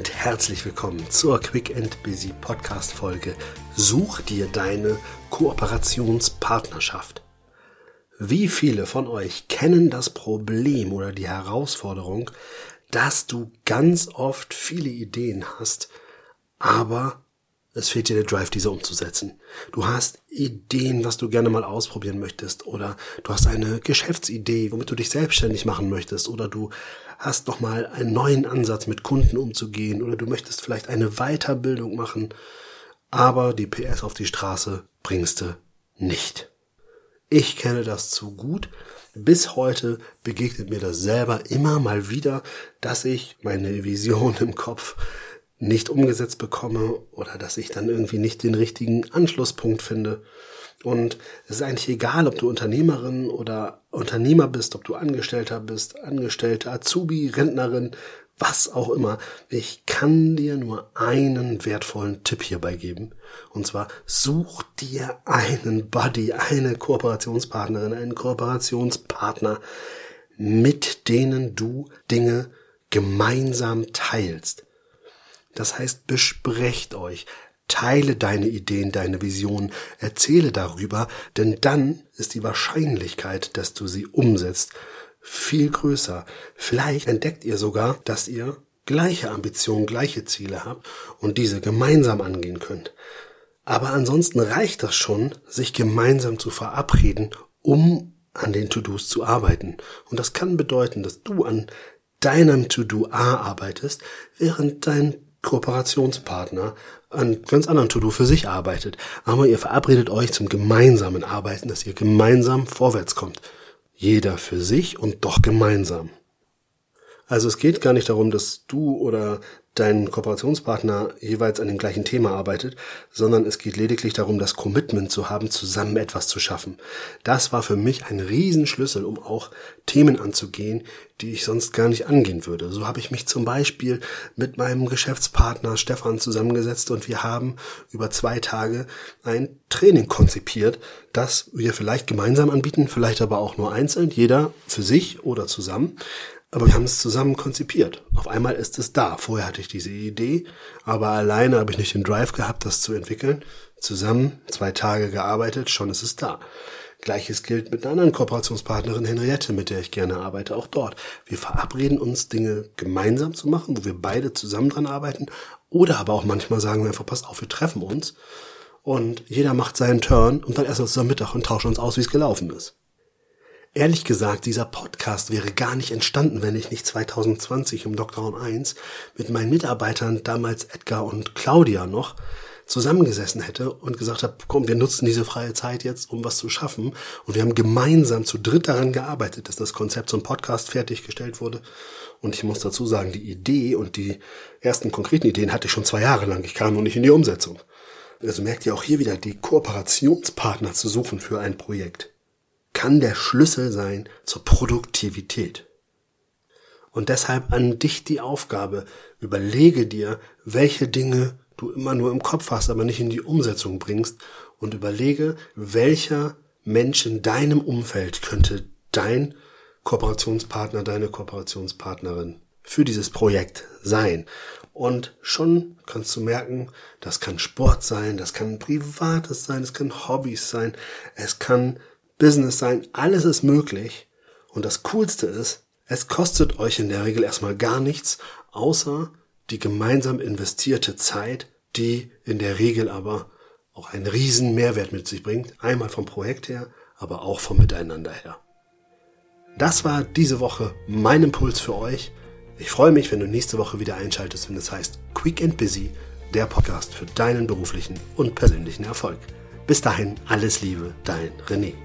und herzlich willkommen zur Quick and Busy Podcast Folge Such dir deine Kooperationspartnerschaft. Wie viele von euch kennen das Problem oder die Herausforderung, dass du ganz oft viele Ideen hast, aber es fehlt dir der Drive, diese umzusetzen. Du hast Ideen, was du gerne mal ausprobieren möchtest, oder du hast eine Geschäftsidee, womit du dich selbstständig machen möchtest, oder du hast noch mal einen neuen Ansatz, mit Kunden umzugehen, oder du möchtest vielleicht eine Weiterbildung machen, aber die PS auf die Straße bringst du nicht. Ich kenne das zu gut. Bis heute begegnet mir das selber immer mal wieder, dass ich meine Vision im Kopf nicht umgesetzt bekomme oder dass ich dann irgendwie nicht den richtigen Anschlusspunkt finde. Und es ist eigentlich egal, ob du Unternehmerin oder Unternehmer bist, ob du Angestellter bist, Angestellte, Azubi, Rentnerin, was auch immer. Ich kann dir nur einen wertvollen Tipp hierbei geben. Und zwar, such dir einen Buddy, eine Kooperationspartnerin, einen Kooperationspartner, mit denen du Dinge gemeinsam teilst. Das heißt, besprecht euch, teile deine Ideen, deine Visionen, erzähle darüber, denn dann ist die Wahrscheinlichkeit, dass du sie umsetzt, viel größer. Vielleicht entdeckt ihr sogar, dass ihr gleiche Ambitionen, gleiche Ziele habt und diese gemeinsam angehen könnt. Aber ansonsten reicht das schon, sich gemeinsam zu verabreden, um an den To-Dos zu arbeiten. Und das kann bedeuten, dass du an deinem To-Do A arbeitest, während dein Kooperationspartner an ganz anderen To-Do für sich arbeitet. Aber ihr verabredet euch zum gemeinsamen Arbeiten, dass ihr gemeinsam vorwärts kommt. Jeder für sich und doch gemeinsam. Also es geht gar nicht darum, dass du oder dein Kooperationspartner jeweils an dem gleichen Thema arbeitet, sondern es geht lediglich darum, das Commitment zu haben, zusammen etwas zu schaffen. Das war für mich ein Riesenschlüssel, um auch Themen anzugehen, die ich sonst gar nicht angehen würde. So habe ich mich zum Beispiel mit meinem Geschäftspartner Stefan zusammengesetzt und wir haben über 2 Tage ein Training konzipiert, das wir vielleicht gemeinsam anbieten, vielleicht aber auch nur einzeln, jeder für sich oder zusammen. Aber wir haben es zusammen konzipiert. Auf einmal ist es da. Vorher hatte ich diese Idee, aber alleine habe ich nicht den Drive gehabt, das zu entwickeln. Zusammen 2 Tage gearbeitet, schon ist es da. Gleiches gilt mit einer anderen Kooperationspartnerin, Henriette, mit der ich gerne arbeite, auch dort. Wir verabreden uns, Dinge gemeinsam zu machen, wo wir beide zusammen dran arbeiten. Oder aber auch manchmal sagen wir einfach, pass auf, wir treffen uns. Und jeder macht seinen Turn und dann essen wir zusammen Mittag und tauschen uns aus, wie es gelaufen ist. Ehrlich gesagt, dieser Podcast wäre gar nicht entstanden, wenn ich nicht 2020 im Lockdown 1 mit meinen Mitarbeitern, damals Edgar und Claudia noch, zusammengesessen hätte und gesagt habe, komm, wir nutzen diese freie Zeit jetzt, um was zu schaffen. Und wir haben gemeinsam zu dritt daran gearbeitet, dass das Konzept zum Podcast fertiggestellt wurde. Und ich muss dazu sagen, die Idee und die ersten konkreten Ideen hatte ich schon 2 Jahre lang. Ich kam noch nicht in die Umsetzung. Also merkt ihr auch hier wieder, die Kooperationspartner zu suchen für ein Projekt kann der Schlüssel sein zur Produktivität. Und deshalb an dich die Aufgabe, überlege dir, welche Dinge du immer nur im Kopf hast, aber nicht in die Umsetzung bringst und überlege, welcher Mensch in deinem Umfeld könnte dein Kooperationspartner, deine Kooperationspartnerin für dieses Projekt sein. Und schon kannst du merken, das kann Sport sein, das kann Privates sein, es kann Hobbys sein, es kann Business sein, alles ist möglich. Und das Coolste ist, es kostet euch in der Regel erstmal gar nichts, außer die gemeinsam investierte Zeit, die in der Regel aber auch einen riesen Mehrwert mit sich bringt. Einmal vom Projekt her, aber auch vom Miteinander her. Das war diese Woche mein Impuls für euch. Ich freue mich, wenn du nächste Woche wieder einschaltest, wenn es heißt Quick and Busy, der Podcast für deinen beruflichen und persönlichen Erfolg. Bis dahin, alles Liebe, dein René.